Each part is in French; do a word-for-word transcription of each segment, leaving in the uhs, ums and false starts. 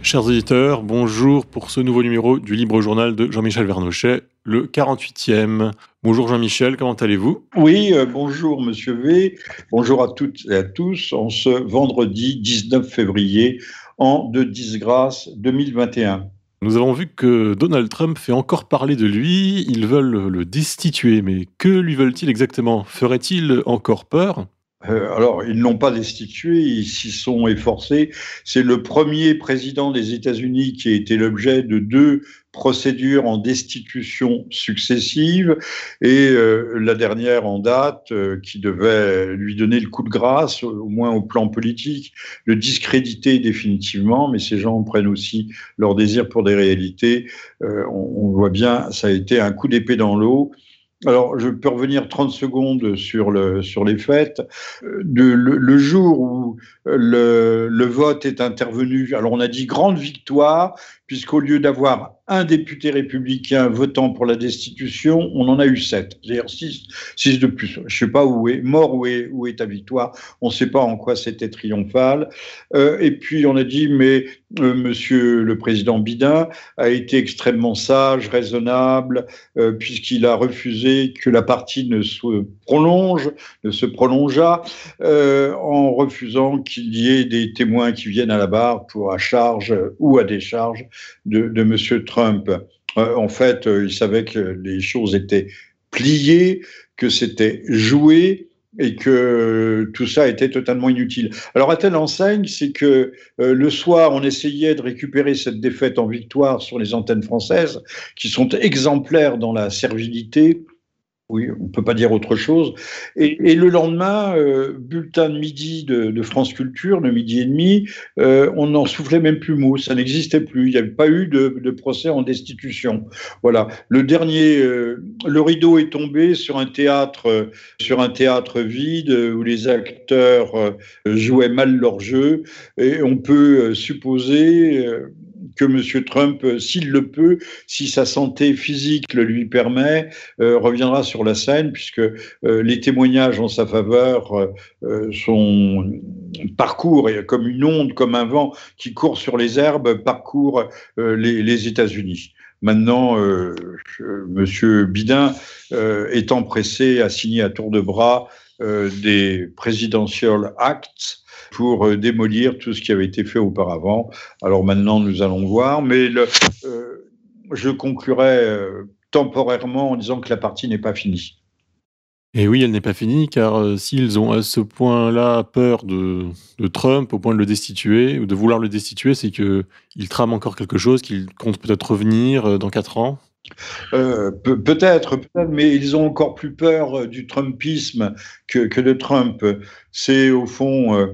Chers auditeurs, bonjour pour ce nouveau numéro du Libre Journal de Jean-Michel Vernochet, le quarante-huitième. Bonjour Jean-Michel, comment allez-vous? Oui, euh, bonjour Monsieur V, bonjour à toutes et à tous, en ce vendredi dix-neuf février, an de disgrâce deux mille vingt et un. Nous avons vu que Donald Trump fait encore parler de lui, ils veulent le destituer, mais que lui veulent-ils exactement? Ferait-il encore peur? Euh, alors, ils ne l'ont pas destitué, ils s'y sont efforcés. C'est le premier président des États-Unis qui a été l'objet de deux procédures en destitution successives et euh, la dernière en date euh, qui devait lui donner le coup de grâce, au moins au plan politique, le discréditer définitivement, mais ces gens prennent aussi leur désir pour des réalités. Euh, on, on voit bien, ça a été un coup d'épée dans l'eau. Alors, je peux revenir trente secondes sur, le, sur les faits. De, le, le jour où le, le vote est intervenu, alors on a dit grande victoire, puisqu'au lieu d'avoir un député républicain votant pour la destitution, on en a eu sept, c'est-à-dire six, six de plus. Je ne sais pas où est mort, où est, où est ta victoire, on ne sait pas en quoi c'était triomphal. Euh, et puis on a dit, mais euh, monsieur le président Biden a été extrêmement sage, raisonnable, euh, puisqu'il a refusé que la partie ne se prolonge, ne se prolongeât, euh, en refusant qu'il y ait des témoins qui viennent à la barre pour à charge ou à décharge de, de monsieur Trump. Euh, en fait, euh, il savait que les choses étaient pliées, que c'était joué et que tout ça était totalement inutile. Alors à telle enseigne, c'est que euh, le soir, on essayait de récupérer cette défaite en victoire sur les antennes françaises, qui sont exemplaires dans la servilité. Oui, on ne peut pas dire autre chose. Et, et le lendemain, euh, bulletin de midi de, de France Culture, le midi et demi, euh, on n'en soufflait même plus mot, ça n'existait plus. Il n'y avait pas eu de, de procès en destitution. Voilà. Le dernier, euh, le rideau est tombé sur un théâtre, euh, sur un théâtre vide euh, où les acteurs euh, jouaient mal leur jeu. Et on peut euh, supposer euh, que M. Trump, s'il le peut, si sa santé physique le lui permet, euh, reviendra sur la scène, puisque euh, les témoignages en sa faveur euh, sont parcourent comme une onde, comme un vent qui court sur les herbes, parcourt euh, les, les États-Unis. Maintenant, euh, M. Biden euh, étant pressé à signer à tour de bras euh, des presidential acts pour euh, démolir tout ce qui avait été fait auparavant. Alors maintenant, nous allons voir, mais le, euh, je conclurai euh, temporairement en disant que la partie n'est pas finie. Et oui, elle n'est pas finie, car euh, s'ils ont à ce point-là peur de, de Trump, au point de le destituer, ou de vouloir le destituer, c'est qu'ils trament encore quelque chose, qu'ils comptent peut-être revenir euh, dans quatre ans. Euh, pe- peut-être, peut-être, mais ils ont encore plus peur du Trumpisme que, que de Trump. C'est au fond euh,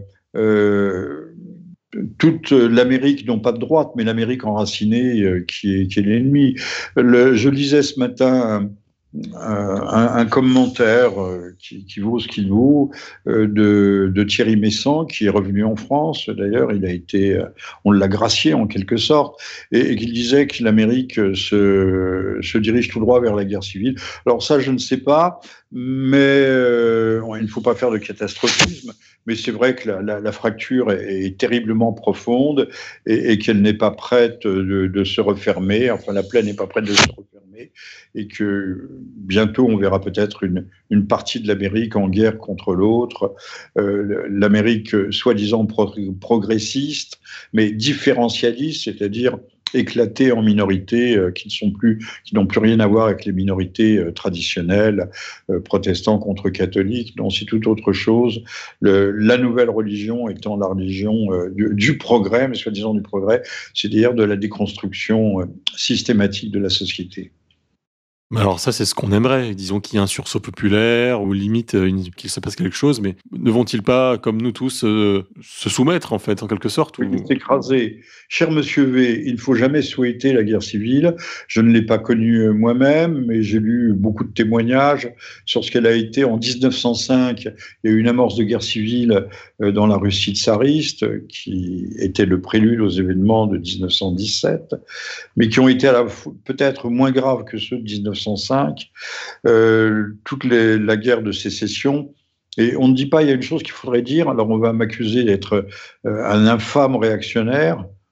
euh, toute l'Amérique, non pas de droite, mais l'Amérique enracinée euh, qui est, qui est l'ennemi. Le, je lisais ce matin un, un commentaire euh, qui, qui vaut ce qu'il vaut euh, de, de Thierry Messant, qui est revenu en France. D'ailleurs, il a été, euh, on l'a gracié en quelque sorte, et, et qu'il disait que l'Amérique se, se dirige tout droit vers la guerre civile. Alors ça, je ne sais pas, mais euh, il ne faut pas faire de catastrophisme. Mais c'est vrai que la, la, la fracture est, est terriblement profonde et, et qu'elle n'est pas prête de, de se refermer. Enfin, la plaie n'est pas prête de se refermer et que bientôt on verra peut-être une, une partie de l'Amérique en guerre contre l'autre. Euh, L'Amérique soi-disant pro progressiste, mais différentialiste, c'est-à-dire éclatées en minorités euh, qui ne sont plus, qui n'ont plus rien à voir avec les minorités euh, traditionnelles, euh, protestants contre catholiques. Non, c'est tout autre chose. Le, la nouvelle religion étant la religion euh, du, du progrès, mais soi-disant du progrès, c'est-à-dire de la déconstruction euh, systématique de la société. Mais alors ça, c'est ce qu'on aimerait. Disons qu'il y a un sursaut populaire, ou limite euh, une- qu'il se passe quelque chose, mais ne vont-ils pas, comme nous tous, euh, se soumettre, en fait, en quelque sorte ou... Écrasé. Cher Monsieur V, il ne faut jamais souhaiter la guerre civile. Je ne l'ai pas connue moi-même, mais j'ai lu beaucoup de témoignages sur ce qu'elle a été en mille neuf cent cinq. Il y a eu une amorce de guerre civile dans la Russie tsariste, qui était le prélude aux événements de mille neuf cent dix-sept, mais qui ont été peut-être moins graves que ceux de mille neuf cent cinq. Euh, toute les, la guerre de sécession. Et on ne dit pas, il y a une chose qu'il faudrait dire, alors on va m'accuser d'être euh, un infâme réactionnaire,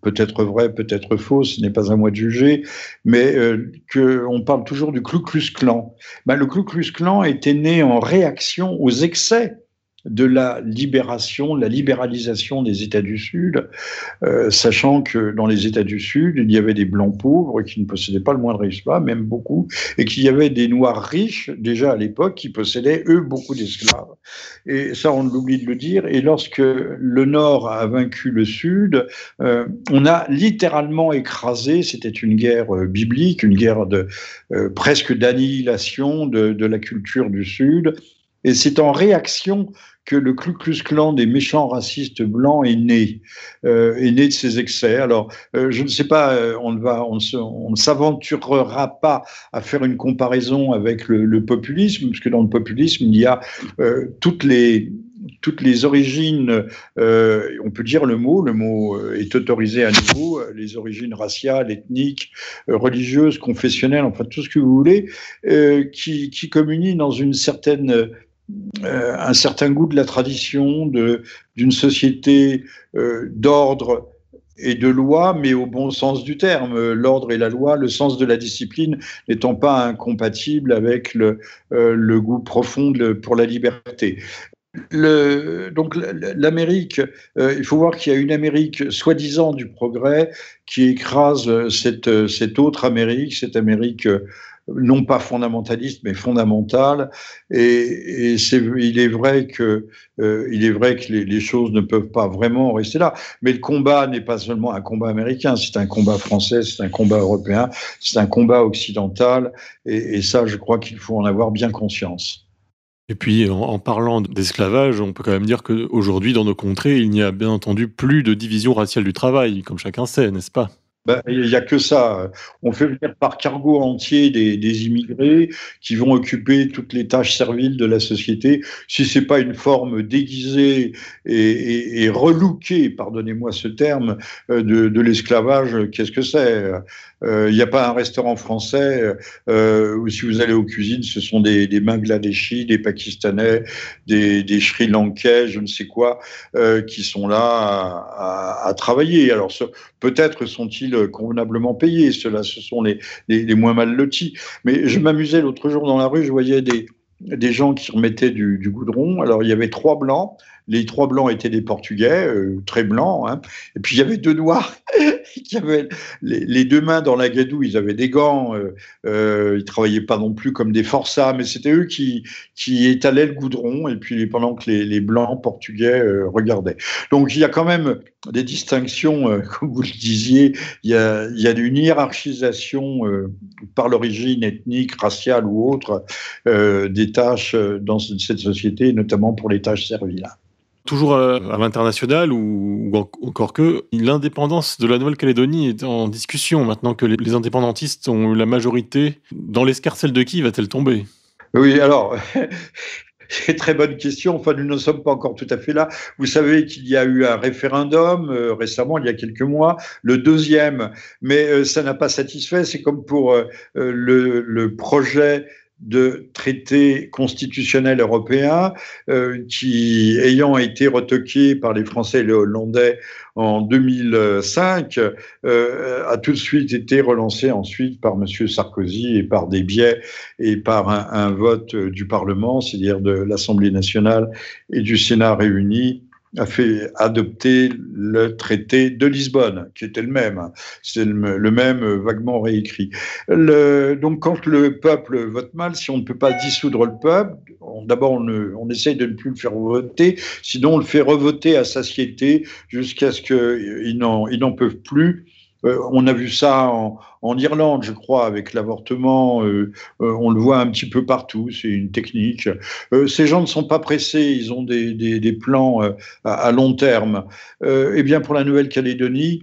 peut-être vrai, peut-être faux, ce n'est pas à moi de juger, mais euh, qu'on parle toujours du Ku Klux Klan. Ben, le Ku Klux Klan était né en réaction aux excès de la libération, la libéralisation des États du Sud, euh, sachant que dans les États du Sud, il y avait des blancs pauvres qui ne possédaient pas le moindre esclave, même beaucoup, et qu'il y avait des noirs riches, déjà à l'époque, qui possédaient, eux, beaucoup d'esclaves. Et ça, on oublie de le dire. Et lorsque le Nord a vaincu le Sud, euh, on a littéralement écrasé, c'était une guerre euh, biblique, une guerre de, euh, presque d'annihilation de, de la culture du Sud. Et c'est en réaction que le Ku Klux Klan des méchants racistes blancs est né, euh, est né de ces excès. Alors, euh, je ne sais pas, euh, on ne va, on, se, on ne s'aventurera pas à faire une comparaison avec le, le populisme, parce que dans le populisme, il y a euh, toutes les toutes les origines, euh, on peut dire le mot, le mot est autorisé à nouveau, les origines raciales, ethniques, religieuses, confessionnelles, enfin tout ce que vous voulez, euh, qui, qui communient dans une certaine Euh, un certain goût de la tradition, de, d'une société euh, d'ordre et de loi, mais au bon sens du terme. L'ordre et la loi, le sens de la discipline n'étant pas incompatible avec le, euh, le goût profond de, pour la liberté. Le, donc l'Amérique, euh, il faut voir qu'il y a une Amérique soi-disant du progrès qui écrase cette, cette autre Amérique, cette Amérique non pas fondamentaliste, mais fondamentale. Et, et c'est, il est vrai que, euh, il est vrai que les, les choses ne peuvent pas vraiment rester là. Mais le combat n'est pas seulement un combat américain, c'est un combat français, c'est un combat européen, c'est un combat occidental. Et, et ça, je crois qu'il faut en avoir bien conscience. Et puis, en, en parlant d'esclavage, on peut quand même dire qu'aujourd'hui, dans nos contrées, il n'y a bien entendu plus de division raciale du travail, comme chacun sait, n'est-ce pas ? Ben, il n'y a que ça. On fait venir par cargo entier des, des immigrés qui vont occuper toutes les tâches serviles de la société. Si c'est pas une forme déguisée et, et, et relookée, pardonnez-moi ce terme, de, de l'esclavage, qu'est-ce que c'est ? Il euh, n'y a pas un restaurant français euh, où si vous allez aux cuisines, ce sont des, des Bangladeshis, des Pakistanais, des, des Sri Lankais, je ne sais quoi, euh, qui sont là à, à, à travailler. Alors ce, peut-être sont-ils convenablement payés, ceux-là, ce sont les, les, les moins mal lotis. Mais je m'amusais l'autre jour dans la rue, je voyais des, des gens qui remettaient du, du goudron. Alors il y avait trois blancs. Les trois blancs étaient des Portugais, euh, très blancs, hein. Et puis il y avait deux noirs qui avaient les, les deux mains dans la gadoue. Ils avaient des gants, euh, euh, ils travaillaient pas non plus comme des forçats, mais c'était eux qui, qui étalaient le goudron. Et puis pendant que les, les blancs portugais euh, regardaient. Donc il y a quand même des distinctions, euh, comme vous le disiez. Il y a, il y a une hiérarchisation euh, par l'origine ethnique, raciale ou autre euh, des tâches dans cette société, notamment pour les tâches serviles. Toujours à, à l'international, ou, ou encore que, l'indépendance de la Nouvelle-Calédonie est en discussion maintenant que les, les indépendantistes ont la majorité. Dans l'escarcelle de qui va-t-elle tomber ? Oui, alors, c'est très bonne question. Enfin, nous ne sommes pas encore tout à fait là. Vous savez qu'il y a eu un référendum euh, récemment, il y a quelques mois, le deuxième, mais euh, ça n'a pas satisfait. C'est comme pour euh, le, le projet de traité constitutionnel européen euh, qui, ayant été retoqué par les Français et les Hollandais en deux mille cinq, euh, a tout de suite été relancé ensuite par M. Sarkozy et par des biais et par un, un vote du Parlement, c'est-à-dire de l'Assemblée nationale et du Sénat réunis, a fait adopter le traité de Lisbonne, qui était le même. C'est le, le même vaguement réécrit. Le, donc, quand le peuple vote mal, si on ne peut pas dissoudre le peuple, d'abord, on, on essaye de ne plus le faire voter, sinon on le fait revoter à satiété jusqu'à ce qu'ils n'en, ils n'en peuvent plus. Euh, on a vu ça en, en Irlande, je crois, avec l'avortement. Euh, euh, on le voit un petit peu partout. C'est une technique. Euh, ces gens ne sont pas pressés. Ils ont des, des, des plans euh, à, à long terme. Euh, eh bien, pour la Nouvelle-Calédonie,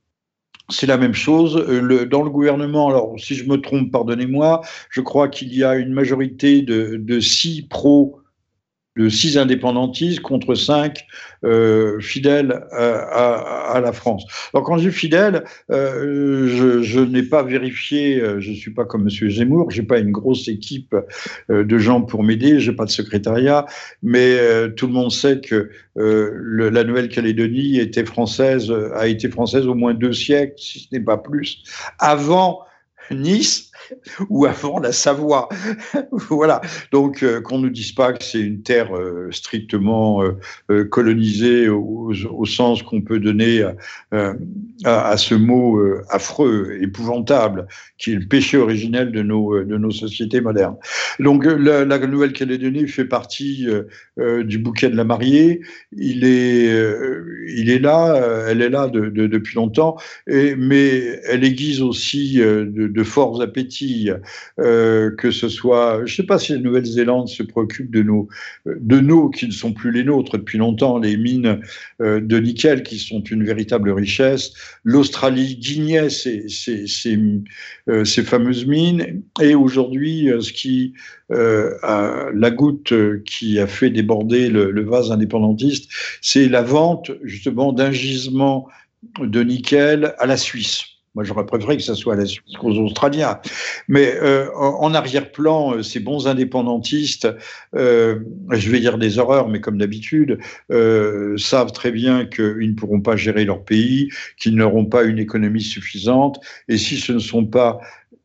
c'est la même chose. Le, dans le gouvernement, alors si je me trompe, pardonnez-moi, je crois qu'il y a une majorité de, de six pro de six indépendantistes contre cinq euh, fidèles à, à, à la France. Alors quand je dis fidèles, euh, je, je n'ai pas vérifié, je ne suis pas comme M. Zemmour, je n'ai pas une grosse équipe euh, de gens pour m'aider, je n'ai pas de secrétariat, mais euh, tout le monde sait que euh, le, la Nouvelle-Calédonie était française, a été française au moins deux siècles, si ce n'est pas plus, avant Nice ou avant la Savoie. Voilà. Donc, euh, qu'on ne nous dise pas que c'est une terre euh, strictement euh, euh, colonisée au, au sens qu'on peut donner euh, à, à ce mot euh, affreux, épouvantable, qui est le péché originel de nos, de nos sociétés modernes. Donc, la, la Nouvelle-Calédonie fait partie euh, euh, du bouquet de la mariée. Il est, euh, il est là, euh, elle est là de, de, depuis longtemps, et, mais elle aiguise aussi euh, de, de forts appétits, euh, que ce soit, je ne sais pas si la Nouvelle-Zélande se préoccupe de nos, de nos qui ne sont plus les nôtres depuis longtemps, les mines euh, de nickel qui sont une véritable richesse. L'Australie guignait ces, ces, ces, euh, ces fameuses mines, et aujourd'hui, ce qui euh, a, la goutte qui a fait déborder le, le vase indépendantiste, c'est la vente justement d'un gisement de nickel à la Suisse. Moi, j'aurais préféré que ça soit à la Suisse qu'aux Australiens. Mais euh, en arrière-plan, ces bons indépendantistes, euh, je vais dire des horreurs, mais comme d'habitude, euh, savent très bien qu'ils ne pourront pas gérer leur pays, qu'ils n'auront pas une économie suffisante. Et si ce ne sont pas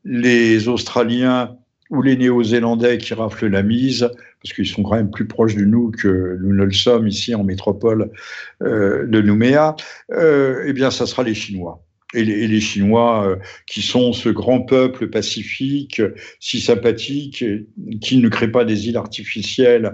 les Australiens ou les Néo-Zélandais qui raflent la mise, parce qu'ils sont quand même plus proches de nous que nous ne le sommes ici en métropole euh, de Nouméa, euh, eh bien, ça sera les Chinois. Et les, et les Chinois, euh, qui sont ce grand peuple pacifique, si sympathique, qui ne crée pas des îles artificielles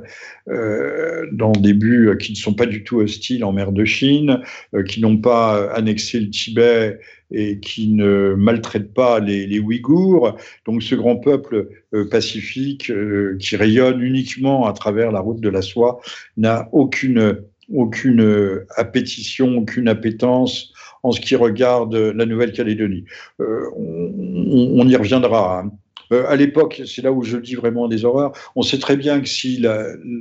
euh, dans des buts qui ne sont pas du tout hostiles en mer de Chine, euh, qui n'ont pas annexé le Tibet et qui ne maltraitent pas les, les Ouïghours. Donc ce grand peuple euh, pacifique euh, qui rayonne uniquement à travers la route de la soie n'a aucune, aucune appétition, aucune appétence en ce qui regarde la Nouvelle-Calédonie. Euh, on, on y reviendra. Hein. Euh, à l'époque, c'est là où je dis vraiment des horreurs, on sait très bien que si la,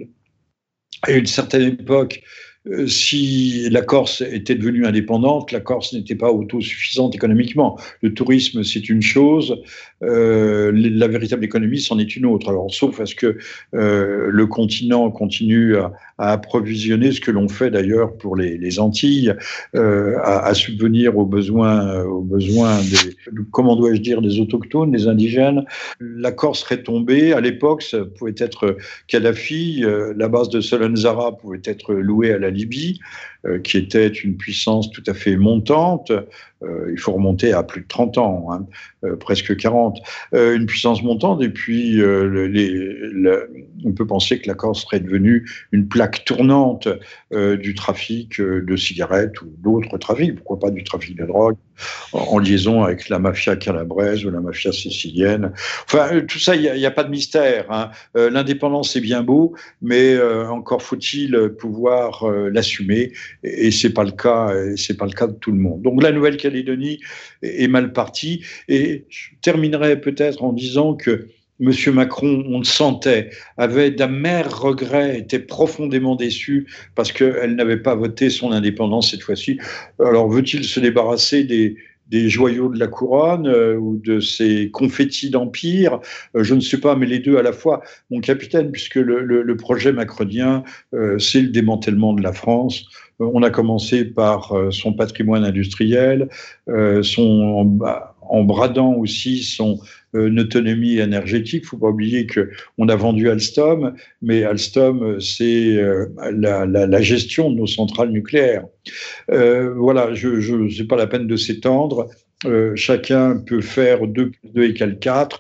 à une certaine époque, euh, si la Corse était devenue indépendante, la Corse n'était pas autosuffisante économiquement. Le tourisme, c'est une chose, euh, la véritable économie, c'en est une autre. Alors, sauf à ce que euh, le continent continue à, à approvisionner, ce que l'on fait d'ailleurs pour les, les Antilles, euh, à, à subvenir aux besoins, aux besoins des, comment dois-je dire, des autochtones, des indigènes. La Corse serait tombée. À l'époque, ça pouvait être Kadhafi, euh, la base de Solenzara pouvait être louée à la Libye, euh, qui était une puissance tout à fait montante. Euh, il faut remonter à plus de trente ans, hein, euh, presque quarante. Euh, une puissance montante, et puis euh, les, le, on peut penser que la Corse serait devenue une plaque tournante euh, du trafic de cigarettes ou d'autres trafics, pourquoi pas du trafic de drogue, en, en liaison avec la mafia calabraise ou la mafia sicilienne. Enfin, tout ça, il n'y a, a pas de mystère. Hein. Euh, l'indépendance, c'est bien beau, mais euh, encore faut-il pouvoir euh, l'assumer, et, et c'est pas le cas, c'est pas le cas de tout le monde. Donc la Nouvelle-Calédonie est mal partie, et je terminerai peut-être en disant que M. Macron, on le sentait, avait d'amers regrets, était profondément déçu parce qu'elle n'avait pas voté son indépendance cette fois-ci. Alors veut-il se débarrasser des, des joyaux de la couronne euh, ou de ces confettis d'empire, euh, je ne sais pas, mais les deux à la fois, mon capitaine, puisque le, le, le projet macronien, euh, c'est le démantèlement de la France. Euh, on a commencé par euh, son patrimoine industriel, euh, son, bah, en bradant aussi son euh, autonomie énergétique. Il ne faut pas oublier qu'on a vendu Alstom, mais Alstom, c'est euh, la, la, la gestion de nos centrales nucléaires. Euh, voilà, je, je, c'est pas la peine de s'étendre. Euh, chacun peut faire deux plus deux égale quatre,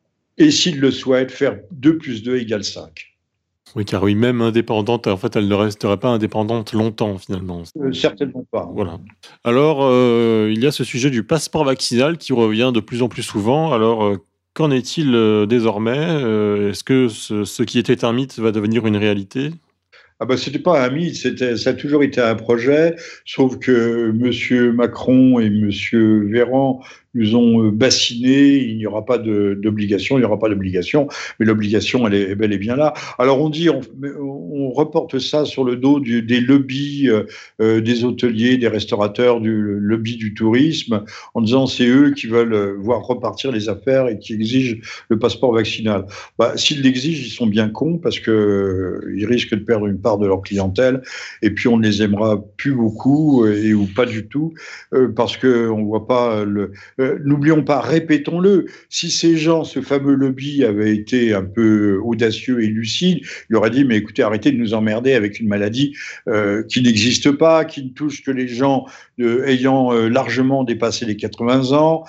et s'il le souhaite, faire deux plus deux égale cinq. Oui, car oui, même indépendante, en fait, elle ne resterait pas indépendante longtemps, finalement. Euh, certainement pas. Voilà. Alors, euh, il y a ce sujet du passeport vaccinal qui revient de plus en plus souvent. Alors, euh, qu'en est-il euh, désormais euh, Est-ce que ce, ce qui était un mythe va devenir une réalité ? Ah ben, c'était pas un mythe, c'était, ça a toujours été un projet, sauf que M. Macron et M. Véran nous ont euh, bassinés, il n'y aura pas de, d'obligation, il n'y aura pas d'obligation, mais l'obligation, elle est bel et bien là. Alors on dit, on, on reporte ça sur le dos du, des lobbies euh, euh, des hôteliers, des restaurateurs, du lobby du tourisme, en disant c'est eux qui veulent voir repartir les affaires et qui exigent le passeport vaccinal. Bah, s'ils l'exigent, ils sont bien cons parce qu'ils euh, risquent de perdre une part de leur clientèle et puis on ne les aimera plus beaucoup euh, et ou pas du tout euh, parce qu'on ne voit pas le... Euh, n'oublions pas, répétons-le, si ces gens, ce fameux lobby avait été un peu audacieux et lucide, il aurait dit mais écoutez, arrêtez de nous emmerder avec une maladie euh, qui n'existe pas, qui ne touche que les gens euh, ayant euh, largement dépassé les quatre-vingts ans,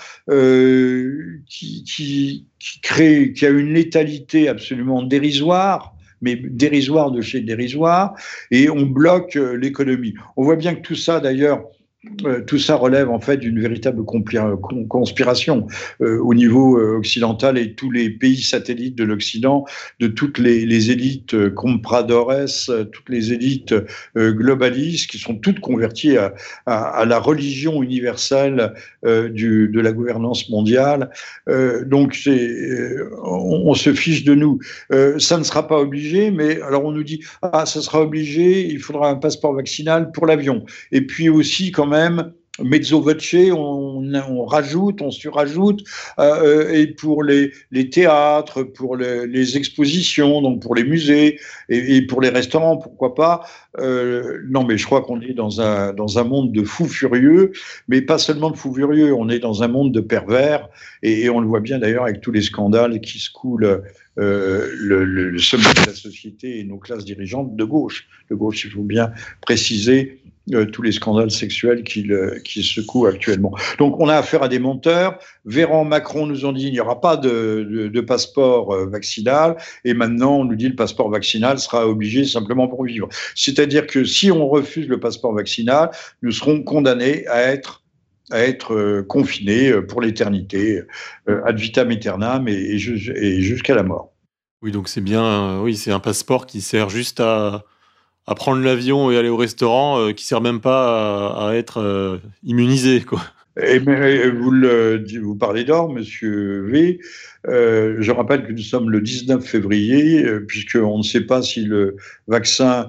euh, qui, qui, qui crée, qui a une létalité absolument dérisoire, mais dérisoire de chez dérisoire, et on bloque euh, l'économie. On voit bien que tout ça, d'ailleurs, Euh, tout ça relève en fait d'une véritable conspiration euh, au niveau euh, occidental et tous les pays satellites de l'Occident, de toutes les, les élites euh, compradores, euh, toutes les élites euh, globalistes qui sont toutes converties à, à, à la religion universelle euh, du, de la gouvernance mondiale. Euh, donc c'est, euh, on, on se fiche de nous. Euh, ça ne sera pas obligé, mais alors on nous dit ah ça sera obligé, il faudra un passeport vaccinal pour l'avion. Et puis aussi quand même, mezzo voce, on, on rajoute, on surajoute, euh, et pour les, les théâtres, pour les, les expositions, donc pour les musées, et, et pour les restaurants, pourquoi pas. Euh, non, mais je crois qu'on est dans un, dans un monde de fous furieux, mais pas seulement de fous furieux, on est dans un monde de pervers, et, et on le voit bien d'ailleurs avec tous les scandales qui secouent Euh, le, le, le sommet de la société et nos classes dirigeantes de gauche. De gauche, il faut bien préciser euh, tous les scandales sexuels qui, le, qui secouent actuellement. Donc on a affaire à des menteurs. Véran, Macron nous ont dit qu'il n'y aura pas de, de, de passeport euh, vaccinal, et maintenant on nous dit que le passeport vaccinal sera obligé simplement pour vivre. C'est-à-dire que si on refuse le passeport vaccinal, nous serons condamnés à être à être euh, confinés pour l'éternité, euh, ad vitam aeternam et, et, ju- et jusqu'à la mort. Oui, donc c'est bien, euh, oui, c'est un passeport qui sert juste à, à prendre l'avion et aller au restaurant, euh, qui sert même pas à, à être euh, immunisé, quoi. Et, mais, vous, le, vous parlez d'or, monsieur V. Euh, je rappelle que nous sommes le dix-neuf février, euh, puisqu'on ne sait pas si le vaccin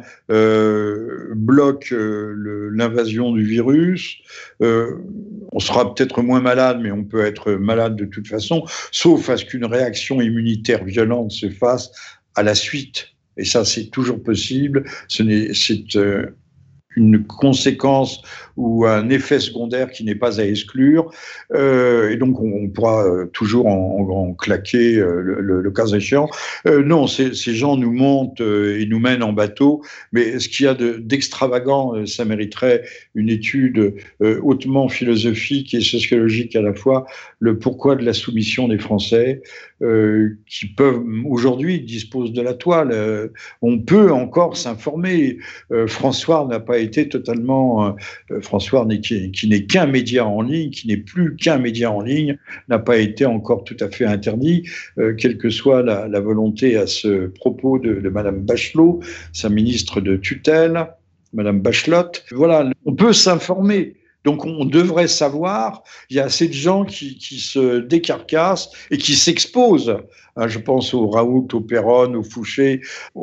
euh, bloque euh, le, l'invasion du virus. Euh, on sera peut-être moins malade, mais on peut être malade de toute façon, sauf à ce qu'une réaction immunitaire violente se fasse à la suite. Et ça, c'est toujours possible. Ce n'est, c'est euh, une conséquence ou un effet secondaire qui n'est pas à exclure. Euh, et donc, on, on pourra euh, toujours en, en claquer euh, le, le, le cas échéant. Euh, non, ces, ces gens nous montent euh, et nous mènent en bateau, mais ce qu'il y a de, d'extravagant, euh, ça mériterait une étude euh, hautement philosophique et sociologique à la fois, le pourquoi de la soumission des Français, euh, qui peuvent, aujourd'hui, disposent de la toile. Euh, on peut encore s'informer. Euh, François n'a pas été totalement... Euh, François, qui, qui n'est qu'un média en ligne, qui n'est plus qu'un média en ligne, n'a pas été encore tout à fait interdit, euh, quelle que soit la, la volonté à ce propos de, de Madame Bachelot, sa ministre de tutelle, Madame Bachelot. Voilà, on peut s'informer. Donc on devrait savoir, il y a assez de gens qui, qui se décarcassent et qui s'exposent. Hein, je pense au Raoult, au Perron, au Fouché,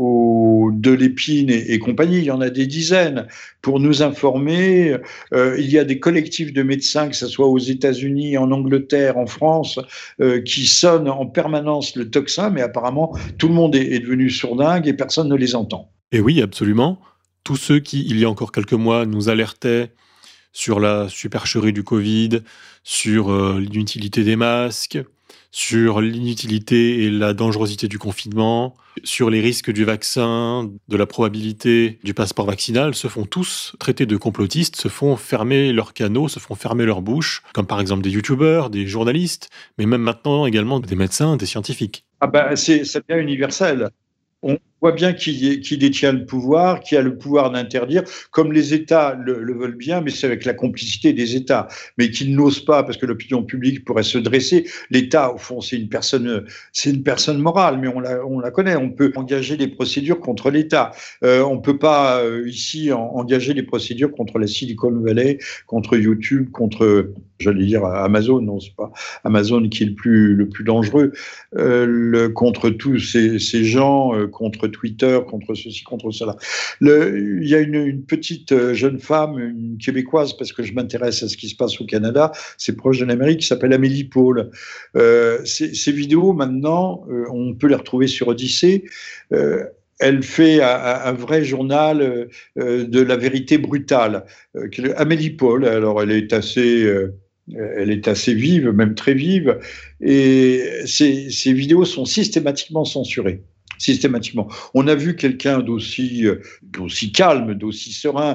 au Delépine et, et compagnie. Il y en a des dizaines. Pour nous informer, euh, il y a des collectifs de médecins, que ce soit aux États-Unis, en Angleterre, en France, euh, qui sonnent en permanence le tocsin, mais apparemment tout le monde est, est devenu sourdingue et personne ne les entend. Et oui, absolument. Tous ceux qui, il y a encore quelques mois, nous alertaient sur la supercherie du Covid, sur euh, l'inutilité des masques, sur l'inutilité et la dangerosité du confinement, sur les risques du vaccin, de la probabilité du passeport vaccinal, se font tous traiter de complotistes, se font fermer leurs canaux, se font fermer leur bouche, comme par exemple des youtubeurs, des journalistes, mais même maintenant également des médecins, des scientifiques. Ah ben, c'est, ça devient universel. On, voit bien qui, qui détient le pouvoir, qui a le pouvoir d'interdire, comme les États le, le veulent bien, mais c'est avec la complicité des États, mais qu'ils n'osent pas parce que l'opinion publique pourrait se dresser. L'État, au fond, c'est une personne, c'est une personne morale, mais on la, on la connaît. On peut engager des procédures contre l'État. Euh, on peut pas euh, ici en, engager des procédures contre la Silicon Valley, contre YouTube, contre, j'allais dire Amazon. Non, c'est pas Amazon qui est le plus le plus dangereux. Euh, le, contre tous ces, ces gens, euh, contre Twitter, contre ceci, contre cela. Le, il y a une, une petite jeune femme, une québécoise, parce que je m'intéresse à ce qui se passe au Canada, c'est proche de l'Amérique, qui s'appelle Amélie Paul. Euh, ces, ces vidéos, maintenant, euh, on peut les retrouver sur Odyssée. Euh, elle fait un, un vrai journal euh, de la vérité brutale. Euh, Amélie Paul, alors elle est assez... Euh, elle est assez vive, même très vive, et ces, ces vidéos sont systématiquement censurées. Systématiquement. On a vu quelqu'un d'aussi, d'aussi calme, d'aussi serein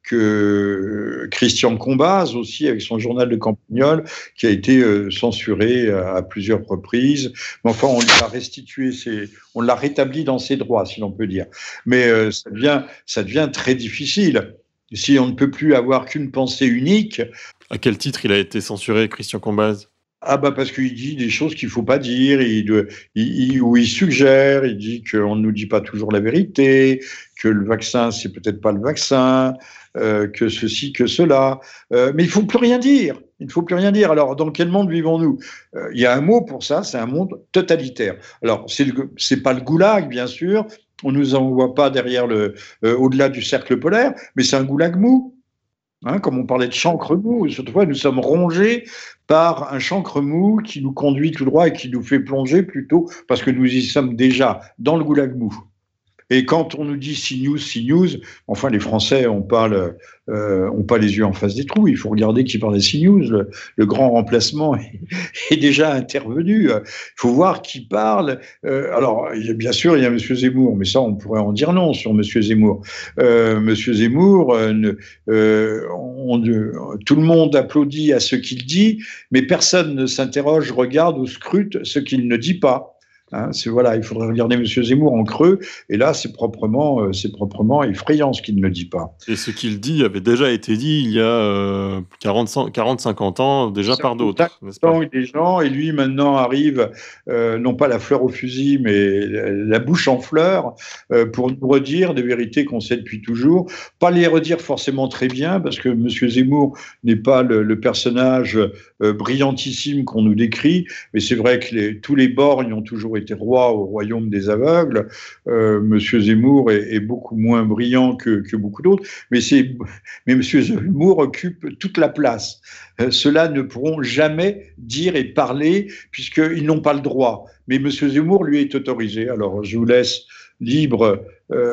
que Christian Combaz, aussi avec son journal de Campagnol, qui a été censuré à plusieurs reprises. Mais enfin, on lui a restitué, ses, on l'a rétabli dans ses droits, si l'on peut dire. Mais euh, ça devient, ça devient très difficile. Si on ne peut plus avoir qu'une pensée unique. À quel titre il a été censuré, Christian Combaz ? Ah bah parce qu'il dit des choses qu'il faut pas dire, il, il, il, ou il suggère, il dit qu'on ne nous dit pas toujours la vérité, que le vaccin c'est peut-être pas le vaccin, euh, que ceci, que cela, euh, mais il faut plus rien dire. Il ne faut plus rien dire. Alors, dans quel monde vivons-nous ? euh, Il y a un mot pour ça, c'est un monde totalitaire. Alors, c'est le, c'est pas le goulag, bien sûr. On nous envoie pas derrière le, euh, au-delà du cercle polaire, mais c'est un goulag mou. Hein, comme on parlait de chancre mou, surtout nous sommes rongés par un chancre mou qui nous conduit tout droit et qui nous fait plonger plutôt parce que nous y sommes déjà dans le goulag mou. Et quand on nous dit CNews, CNews, enfin les Français ont pas le, euh, ont pas les yeux en face des trous. Il faut regarder qui parle des CNews. Le, le grand remplacement est, est déjà intervenu. Il faut voir qui parle. Euh, alors bien sûr il y a Monsieur Zemmour, mais ça on pourrait en dire non sur Monsieur Zemmour. Euh, Monsieur Zemmour, euh, euh, on, tout le monde applaudit à ce qu'il dit, mais personne ne s'interroge, regarde ou scrute ce qu'il ne dit pas. Hein, c'est, voilà, il faudrait regarder M. Zemmour en creux, et là, c'est proprement, euh, c'est proprement effrayant ce qu'il ne dit pas. Et ce qu'il dit avait déjà été dit il y a euh, quarante cinquante ans, déjà par d'autres, n'est-ce pas ? Des gens, et lui, maintenant, arrive, euh, non pas la fleur au fusil, mais la bouche en fleurs, euh, pour nous redire des vérités qu'on sait depuis toujours. Pas les redire forcément très bien, parce que M. Zemmour n'est pas le, le personnage euh, brillantissime qu'on nous décrit, mais c'est vrai que les, tous les borgnes ont toujours été rois au royaume des aveugles. Euh, Monsieur Zemmour est, est beaucoup moins brillant que, que beaucoup d'autres, mais, c'est, mais Monsieur Zemmour occupe toute la place. Euh, ceux-là ne pourront jamais dire et parler puisqu'ils n'ont pas le droit. Mais Monsieur Zemmour, lui, est autorisé. Alors, je vous laisse libre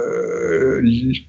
euh,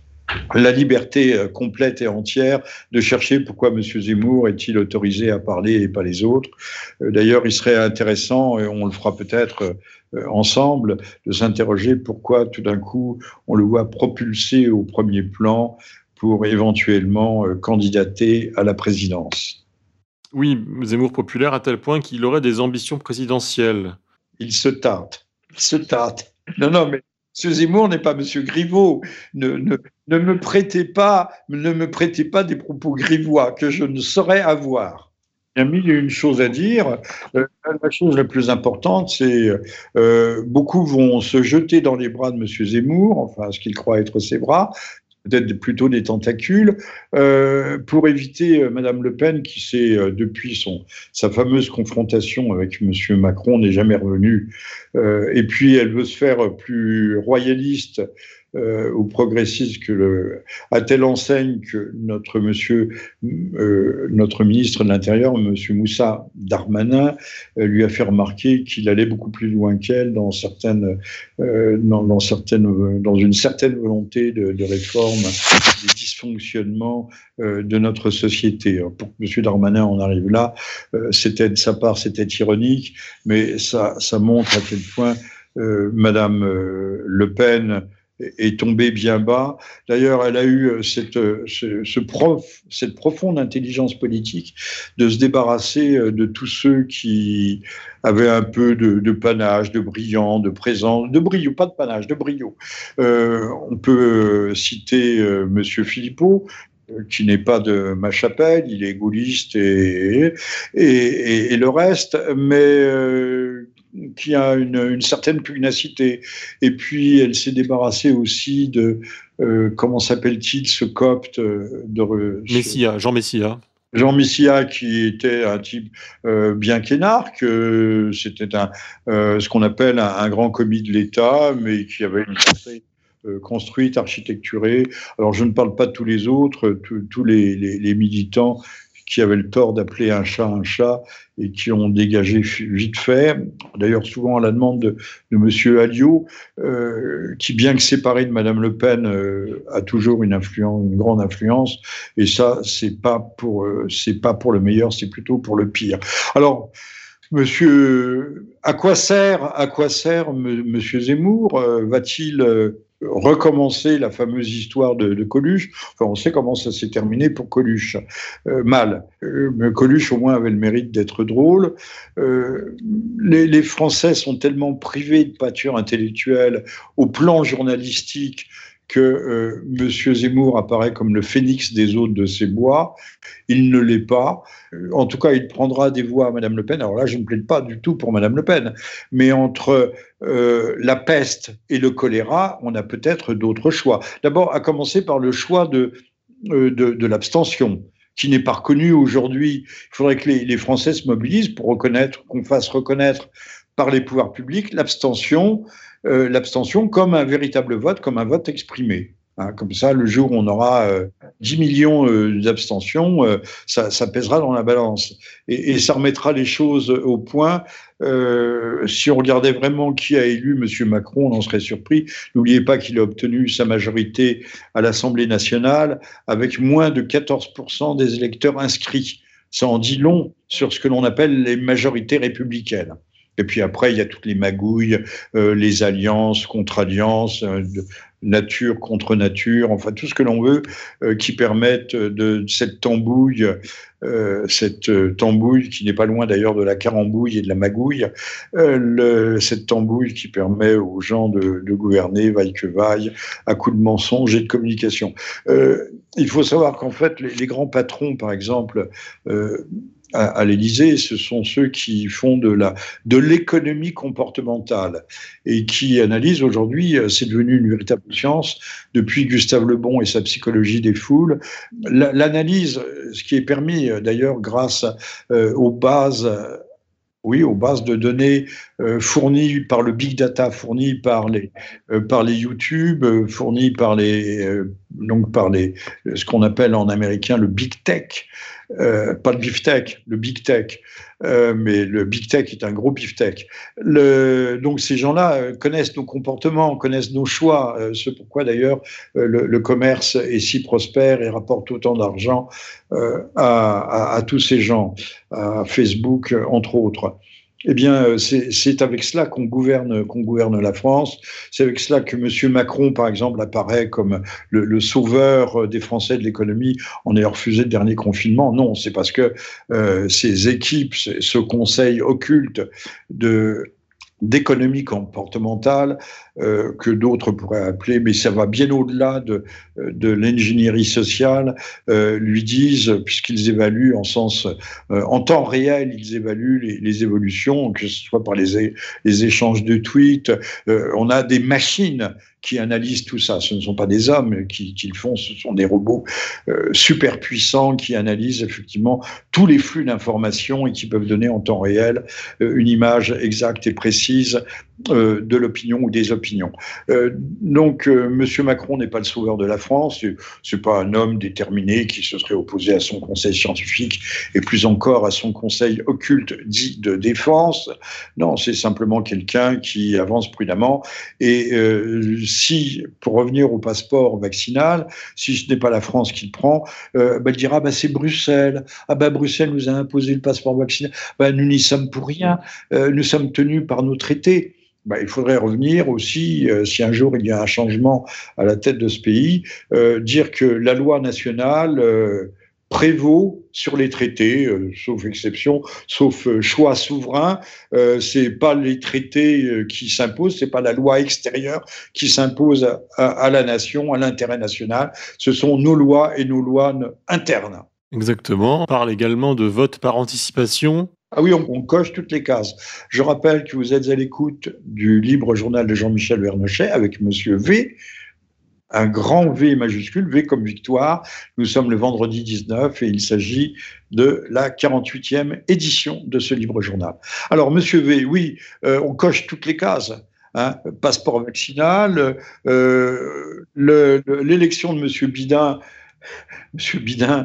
la liberté complète et entière de chercher pourquoi M. Zemmour est-il autorisé à parler et pas les autres. D'ailleurs, il serait intéressant, et on le fera peut-être ensemble, de s'interroger pourquoi tout d'un coup on le voit propulsé au premier plan pour éventuellement candidater à la présidence. Oui, Zemmour populaire à tel point qu'il aurait des ambitions présidentielles. Il se tâte, il se tâte. Non, non, mais M. Zemmour n'est pas M. Griveaux. Ne, ne, ne, me prêtez pas, ne me prêtez pas des propos grivois que je ne saurais avoir. Il y a une chose à dire. Euh, la chose la plus importante, c'est euh, beaucoup vont se jeter dans les bras de M. Zemmour, enfin ce qu'ils croient être ses bras, peut-être plutôt des tentacules, euh, pour éviter euh, Madame Le Pen, qui s'est, euh, depuis son, sa fameuse confrontation avec Monsieur Macron, n'est jamais revenue. Euh, et puis, elle veut se faire plus royaliste euh, ou progressiste que le, à telle enseigne que notre monsieur, euh, notre ministre de l'Intérieur, Monsieur Moussa Darmanin, euh, lui a fait remarquer qu'il allait beaucoup plus loin qu'elle dans certaines, euh, dans, dans certaines, dans une certaine volonté de, de réforme des dysfonctionnements euh, de notre société. Alors, pour que Monsieur Darmanin en arrive là, euh, c'était de sa part, c'était ironique, mais ça, ça montre à quel point euh, Madame euh, Le Pen est tombée bien bas. D'ailleurs, elle a eu cette, ce, ce prof, cette profonde intelligence politique de se débarrasser de tous ceux qui avaient un peu de, de panache, de brillant, de présence, de brio, pas de panache, de brio. Euh, on peut citer euh, Monsieur Philippot, qui n'est pas de ma chapelle, il est gaulliste et, et, et, et le reste, mais euh, qui a une, une certaine pugnacité. Et puis, elle s'est débarrassée aussi de, euh, comment s'appelle-t-il, ce copte de... Messia, Jean Messia. Jean Messia, qui était un type euh, bien qu'énarque, euh, c'était un, euh, ce qu'on appelle un, un grand commis de l'État, mais qui avait une pensée Euh, construite, architecturée. Alors, je ne parle pas de tous les autres, tous les, les, les militants qui avaient le tort d'appeler un chat un chat et qui ont dégagé vite fait, d'ailleurs souvent à la demande de, de M. Alliot, euh, qui, bien que séparé de Mme Le Pen, euh, a toujours une, influence, une grande influence, et ça, c'est pas pour, euh, c'est pas pour le meilleur, c'est plutôt pour le pire. Alors, Monsieur, à quoi sert, à quoi sert Monsieur Zemmour euh, Va-t-il euh, recommencer la fameuse histoire de, de Coluche? Enfin, on sait comment ça s'est terminé pour Coluche. Euh, mal. Euh, mais Coluche, au moins, avait le mérite d'être drôle. Euh, les, les Français sont tellement privés de pâture intellectuelle au plan journalistique que euh, M. Zemmour apparaît comme le phénix des hôtes de ces bois. Il ne l'est pas. En tout cas, il prendra des voix à Mme Le Pen. Alors là, je ne plaide pas du tout pour Mme Le Pen. Mais entre euh, la peste et le choléra, on a peut-être d'autres choix. D'abord, à commencer par le choix de, euh, de, de l'abstention, qui n'est pas reconnu aujourd'hui. Il faudrait que les, les Français se mobilisent pour reconnaître, qu'on fasse reconnaître par les pouvoirs publics l'abstention, euh, l'abstention comme un véritable vote, comme un vote exprimé. Hein, comme ça, le jour où on aura euh, dix millions euh, d'abstentions, euh, ça, ça pèsera dans la balance. Et, et ça remettra les choses au point. Euh, si on regardait vraiment qui a élu M. Macron, on en serait surpris. N'oubliez pas qu'il a obtenu sa majorité à l'Assemblée nationale avec moins de quatorze pour cent des électeurs inscrits. Ça en dit long sur ce que l'on appelle les majorités républicaines. Et puis après, il y a toutes les magouilles, euh, les alliances contre alliances, euh, de nature contre nature, enfin tout ce que l'on veut, euh, qui permettent de, de cette tambouille, euh, cette tambouille qui n'est pas loin d'ailleurs de la carambouille et de la magouille, euh, le, cette tambouille qui permet aux gens de, de gouverner, vaille que vaille, à coups de mensonges et de communication. Euh, il faut savoir qu'en fait, les, les grands patrons, par exemple, euh, à, à l'Élysée, ce sont ceux qui font de la de l'économie comportementale et qui analysent aujourd'hui, c'est devenu une véritable science depuis Gustave Le Bon et sa psychologie des foules. L'analyse, ce qui est permis d'ailleurs grâce euh, aux bases. Oui, aux bases de données euh, fournies par le big data, fournies par les euh, par les YouTube, euh, fournies par les euh, donc par les ce qu'on appelle en américain le big tech, euh, pas le beefsteak, le big tech, euh, mais le big tech est un gros beefsteak. Le, donc ces gens-là euh, connaissent nos comportements, connaissent nos choix. Euh, c'est pourquoi d'ailleurs euh, le, le commerce est si prospère et rapporte autant d'argent euh, à, à, à tous ces gens, à Facebook entre autres. Eh bien, c'est avec cela qu'on gouverne, qu'on gouverne la France. C'est avec cela que M. Macron, par exemple, apparaît comme le, le sauveur des Français de l'économie en ayant refusé le dernier confinement. Non, c'est parce que euh, ces équipes, ce conseil occulte de d'économie comportementale euh, que d'autres pourraient appeler, mais ça va bien au-delà de, de l'ingénierie sociale, euh, lui disent, puisqu'ils évaluent en sens, euh, en temps réel, ils évaluent les, les évolutions, que ce soit par les, les échanges de tweets. Euh, on a des machines qui analysent tout ça. Ce ne sont pas des hommes qui, qui le font, ce sont des robots euh, super puissants qui analysent effectivement tous les flux d'informations et qui peuvent donner en temps réel euh, une image exacte et précise euh, de l'opinion ou des opinions. Euh, donc, euh, M. Macron n'est pas le sauveur de la France, c'est pas un homme déterminé qui se serait opposé à son conseil scientifique et plus encore à son conseil occulte dit de défense. Non, c'est simplement quelqu'un qui avance prudemment et euh, si, pour revenir au passeport vaccinal, si ce n'est pas la France qui le prend, euh, bah, il dira bah, c'est Bruxelles. Ah bah Bruxelles nous a imposé le passeport vaccinal. Bah, nous n'y sommes pour rien. Euh, nous sommes tenus par nos traités. bah, il faudrait revenir aussi, euh, si un jour il y a un changement à la tête de ce pays, euh, dire que la loi nationale euh, prévaut sur les traités, euh, sauf exception, sauf euh, choix souverain. Euh, c'est pas les traités euh, qui s'imposent, c'est pas la loi extérieure qui s'impose à, à, à la nation, à l'intérêt national. Ce sont nos lois et nos lois internes. Exactement. On parle également de vote par anticipation. Ah oui, on, on coche toutes les cases. Je rappelle que vous êtes à l'écoute du libre journal de Jean-Michel Vernochet avec Monsieur V, un grand V majuscule, V comme victoire. Nous sommes le vendredi dix-neuf et il s'agit de la quarante-huitième édition de ce libre journal. Alors, Monsieur V, oui, euh, on coche toutes les cases. Hein, passeport vaccinal, euh, le, le, l'élection de Monsieur Bidin, Monsieur Bidin,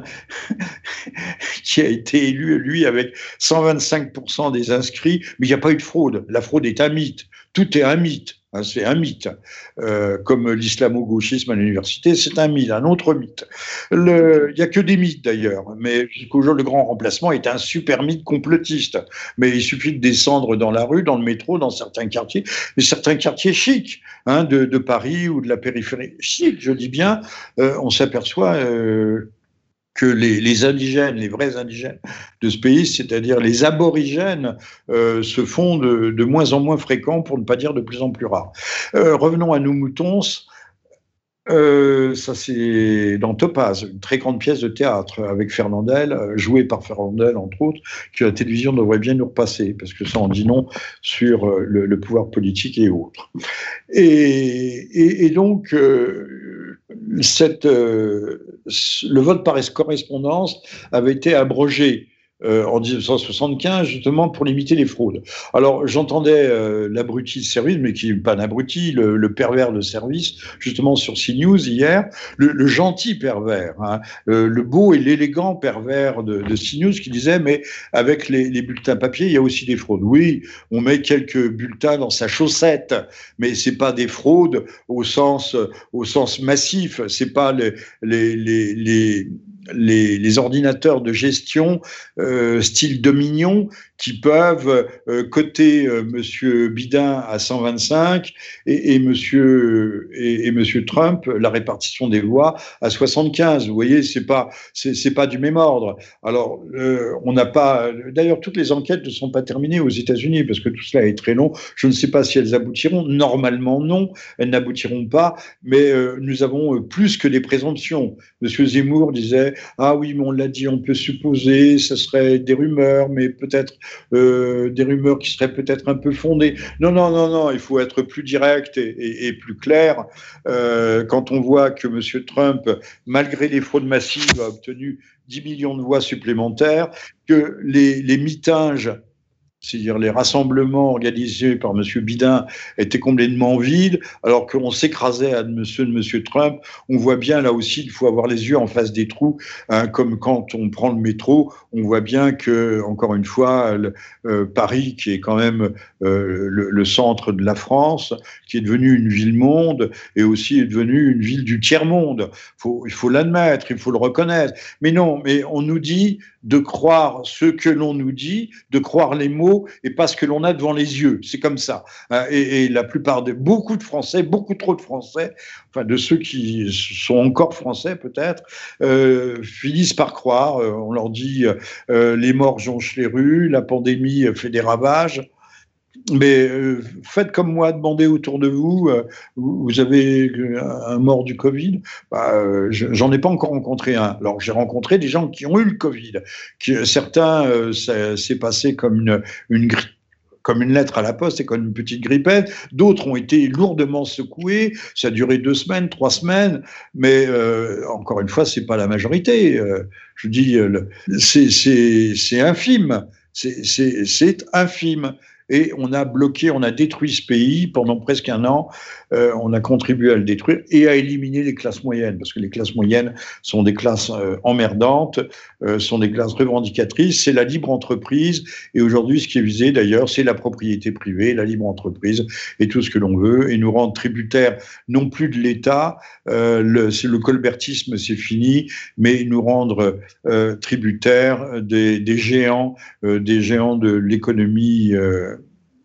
qui a été élu, lui, avec cent vingt-cinq pour cent des inscrits, mais il n'y a pas eu de fraude. La fraude est un mythe. Tout est un mythe. Hein, c'est un mythe. Euh, comme l'islamo-gauchisme à l'université, c'est un mythe, un autre mythe. Le, il n'y a que des mythes, d'ailleurs. Mais jusqu'aujourd'hui, le grand remplacement est un super mythe complotiste. Mais il suffit de descendre dans la rue, dans le métro, dans certains quartiers, et certains quartiers chics, hein, de, de Paris ou de la périphérie chic, je dis bien, euh, on s'aperçoit euh, que les, les indigènes, les vrais indigènes de ce pays, c'est-à-dire les aborigènes, euh, se font de, de moins en moins fréquents, pour ne pas dire de plus en plus rares. Euh, revenons à nos moutons. Euh, ça, c'est dans Topaz, une très grande pièce de théâtre avec Fernandel, jouée par Fernandel, entre autres, que la télévision devrait bien nous repasser, parce que ça en dit non sur le, le pouvoir politique et autres. Et, et, et donc, euh, cette, euh, le vote par correspondance avait été abrogé Euh, en dix-neuf cent soixante-quinze, justement pour limiter les fraudes. Alors, j'entendais euh, l'abruti de service, mais qui n'est pas un abruti, le, le pervers de service, justement sur CNews hier, le, le gentil pervers, hein, euh, le beau et l'élégant pervers de, de CNews qui disait, mais avec les, les bulletins papier, il y a aussi des fraudes. Oui, on met quelques bulletins dans sa chaussette, mais c'est pas des fraudes au sens, au sens massif, c'est pas les, les, les, les Les, les ordinateurs de gestion euh, style Dominion qui peuvent euh, coter euh, Monsieur Bidin à cent vingt-cinq et, et, Monsieur, et, et Monsieur Trump, la répartition des voix, à soixante-quinze. Vous voyez, c'est pas, c'est, c'est pas du même ordre. Alors, euh, on n'a pas. D'ailleurs, toutes les enquêtes ne sont pas terminées aux États-Unis parce que tout cela est très long. Je ne sais pas si elles aboutiront. Normalement, non, elles n'aboutiront pas. Mais euh, nous avons plus que des présomptions. Monsieur Zemmour disait ah oui, mais on l'a dit, on peut supposer, ce serait des rumeurs, mais peut-être euh, des rumeurs qui seraient peut-être un peu fondées. Non, non, non, non, il faut être plus direct et, et, et plus clair. Euh, quand on voit que M. Trump, malgré les fraudes massives, a obtenu dix millions de voix supplémentaires, que les, les meetings, c'est-à-dire les rassemblements organisés par M. Bidin étaient complètement vides, alors qu'on s'écrasait à ceux de M. Trump. On voit bien, là aussi, il faut avoir les yeux en face des trous, hein, comme quand on prend le métro, on voit bien que, encore une fois, le, euh, Paris, qui est quand même euh, le, le centre de la France, qui est devenu une ville-monde, et aussi est devenu une ville du tiers-monde. Faut, il faut l'admettre, il faut le reconnaître. Mais non, mais on nous dit de croire ce que l'on nous dit, de croire les mots et pas ce que l'on a devant les yeux. C'est comme ça. Et, et la plupart de beaucoup de Français, beaucoup trop de Français, enfin de ceux qui sont encore Français peut-être, euh, finissent par croire. On leur dit euh, les morts jonchent les rues, la pandémie fait des ravages. Mais euh, faites comme moi, demandez autour de vous, euh, vous avez un mort du Covid, bah, euh, j'en ai pas encore rencontré un. Alors j'ai rencontré des gens qui ont eu le Covid, qui, certains, euh, ça s'est passé comme une, une grippe, comme une lettre à la poste et comme une petite grippette. D'autres ont été lourdement secoués. Ça a duré deux semaines, trois semaines. Mais euh, encore une fois, c'est pas la majorité. Euh, je dis, euh, c'est, c'est, c'est infime. C'est, c'est, c'est infime. Et on a bloqué, on a détruit ce pays pendant presque un an. Euh, on a contribué à le détruire et à éliminer les classes moyennes, parce que les classes moyennes sont des classes euh, emmerdantes, euh, sont des classes revendicatrices. C'est la libre entreprise. Et aujourd'hui, ce qui est visé d'ailleurs, c'est la propriété privée, la libre entreprise et tout ce que l'on veut, et nous rendre tributaires non plus de l'État. Euh, le, c'est le colbertisme, c'est fini, mais nous rendre euh, tributaires des, des géants, euh, des géants de l'économie. Euh,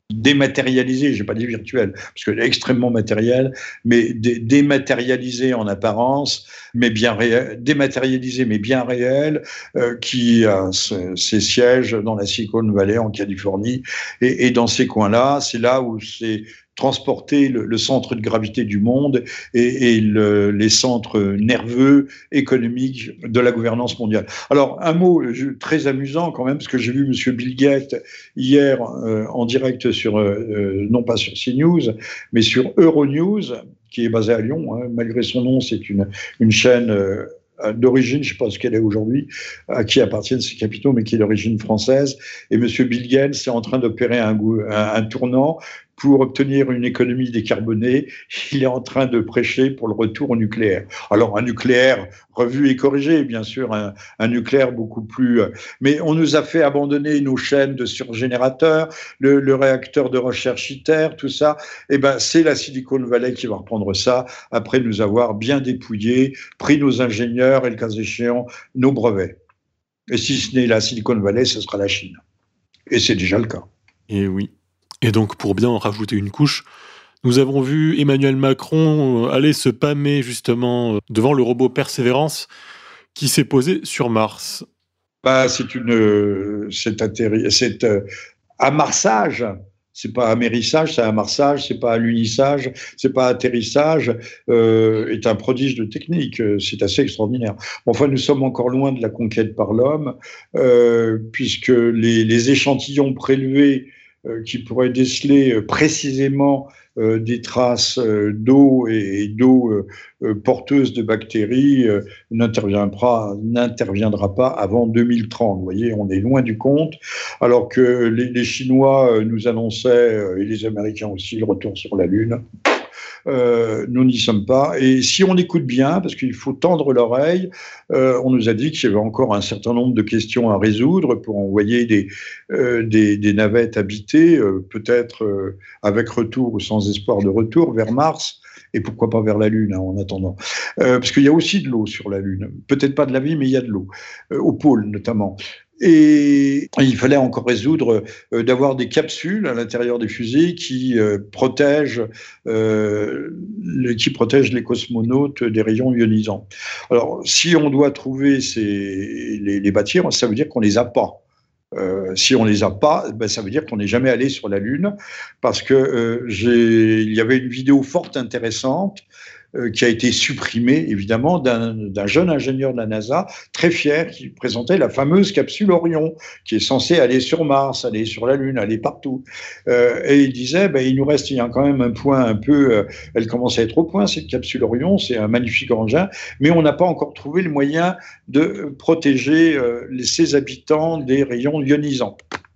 dématérialisé, je n'ai pas dit virtuel, parce qu'elle est extrêmement matérielle, mais dé dématérialisé en apparence, mais bien réel, dématérialisé mais bien réel, euh, qui a ce, ses sièges dans la Silicon Valley en Californie, et, et dans ces coins-là, c'est là où c'est transporter le, le centre de gravité du monde et, et le, les centres nerveux, économiques de la gouvernance mondiale. Alors, un mot je, très amusant quand même, parce que j'ai vu M. Bill Gates hier euh, en direct sur, euh, non pas sur CNews, mais sur Euronews, qui est basé à Lyon. Hein, malgré son nom, c'est une, une chaîne euh, d'origine, je ne sais pas ce qu'elle est aujourd'hui, à qui appartiennent ces capitaux, mais qui est d'origine française. Et M. Bill Gates est en train d'opérer un, un, un tournant pour obtenir une économie décarbonée. Il est en train de prêcher pour le retour au nucléaire. Alors, un nucléaire revu et corrigé, bien sûr, un, un nucléaire beaucoup plus... Mais on nous a fait abandonner nos chaînes de surgénérateurs, le, le réacteur de recherche ITER, tout ça. Eh ben, c'est la Silicon Valley qui va reprendre ça, après nous avoir bien dépouillés, pris nos ingénieurs et, le cas échéant, nos brevets. Et si ce n'est la Silicon Valley, ce sera la Chine. Et c'est déjà le cas. Et oui. Et donc, pour bien en rajouter une couche, nous avons vu Emmanuel Macron aller se pâmer justement devant le robot Persévérance qui s'est posé sur Mars. Bah, c'est une, c'est atterri, c'est euh, amarsage. C'est pas amérissage, c'est amarsage. C'est pas alunissage, c'est pas atterrissage. Euh, est un prodige de technique. C'est assez extraordinaire. Enfin, nous sommes encore loin de la conquête par l'homme, euh, puisque les, les échantillons prélevés Euh, qui pourrait déceler euh, précisément euh, des traces euh, d'eau et, et d'eau euh, euh, porteuse de bactéries euh, n'interviendra, n'interviendra pas avant deux mille trente. Vous voyez, on est loin du compte, alors que les, les Chinois euh, nous annonçaient, euh, et les Américains aussi, le retour sur la Lune. Euh, nous n'y sommes pas. Et si on écoute bien, parce qu'il faut tendre l'oreille, euh, on nous a dit qu'il y avait encore un certain nombre de questions à résoudre pour envoyer des, euh, des, des navettes habitées, euh, peut-être euh, avec retour ou sans espoir de retour, vers Mars. Et pourquoi pas vers la Lune, hein, en attendant. Euh, parce qu'il y a aussi de l'eau sur la Lune. Peut-être pas de la vie, mais il y a de l'eau. Euh, au pôle, notamment. Et il fallait encore résoudre euh, d'avoir des capsules à l'intérieur des fusées qui euh, protègent, euh, les, qui protègent les cosmonautes des rayons ionisants. Alors, si on doit trouver ces, les, les bâtir, ça veut dire qu'on les a pas. Euh, si on les a pas, ben ça veut dire qu'on n'est jamais allé sur la Lune, parce que euh, j'ai, il y avait une vidéo forte intéressante euh, qui a été supprimée, évidemment, d'un, d'un jeune ingénieur de la NASA, très fier, qui présentait la fameuse capsule Orion, qui est censée aller sur Mars, aller sur la Lune, aller partout. Euh, et il disait, ben, il nous reste, il y a quand même un point un peu, euh, elle commence à être au point, cette capsule Orion, c'est un magnifique engin, mais on n'a pas encore trouvé le moyen de protéger euh, les, ses habitants des rayons ionisants.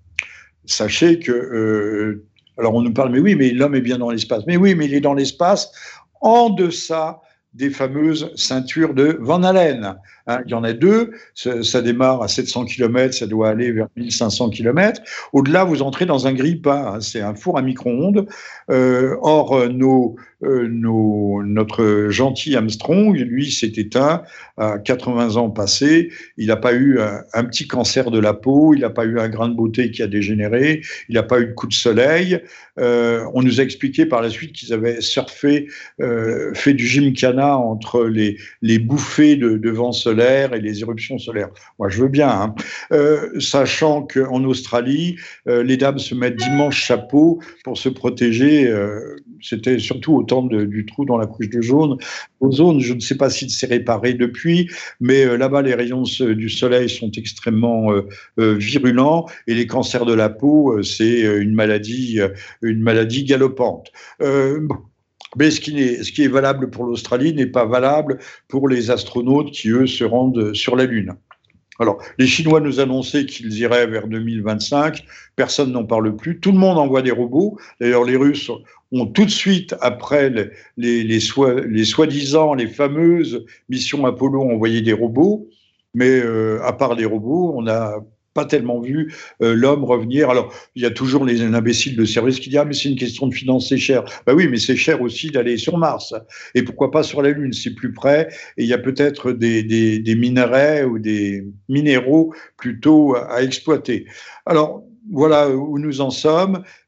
Sachez que, euh, alors on nous parle, mais oui, mais l'homme est bien dans l'espace. Mais oui, mais il est dans l'espace en deçà des fameuses ceintures de Van Allen. Hein, il y en a deux, ça, ça démarre à sept cents kilomètres, ça doit aller vers mille cinq cents kilomètres. Au-delà, vous entrez dans un grille-pain, hein, c'est un four à micro-ondes. Euh, or, nos, euh, nos, notre gentil Armstrong, lui, s'est éteint à quatre-vingts ans passés. Il n'a pas eu un, un petit cancer de la peau, il n'a pas eu un grain de beauté qui a dégénéré, il n'a pas eu de coup de soleil. Euh, on nous a expliqué par la suite qu'ils avaient surfé, euh, fait du gymkhana entre les, les bouffées de, de vent solaire et les éruptions solaires. Moi, je veux bien, hein. Euh, sachant qu'en Australie, euh, les dames se mettent d'immenses chapeaux pour se protéger. Euh, c'était surtout au temps de, du trou dans la couche de jaune. Ozone, je ne sais pas s'il s'est réparé depuis, mais euh, là-bas, les rayons du soleil sont extrêmement euh, euh, virulents et les cancers de la peau, euh, c'est une maladie, euh, une maladie galopante. Euh, bon. Mais ce qui, est, ce qui est valable pour l'Australie n'est pas valable pour les astronautes qui, eux, se rendent sur la Lune. Alors, les Chinois nous annonçaient qu'ils iraient vers deux mille vingt-cinq, personne n'en parle plus, tout le monde envoie des robots. D'ailleurs, les Russes ont tout de suite, après les, les, les, soi, les soi-disant, les fameuses missions Apollo, envoyé des robots, mais euh, à part les robots, on n'a pas tellement vu euh, l'homme revenir. Alors, il y a toujours les imbéciles de service qui disent « Ah, mais c'est une question de finance, c'est cher. » Ben oui, mais c'est cher aussi d'aller sur Mars. Et pourquoi pas sur la Lune, c'est plus près. Et il y a peut-être des, des, des minerais ou des minéraux plutôt à, à exploiter. Alors, voilà où nous en sommes.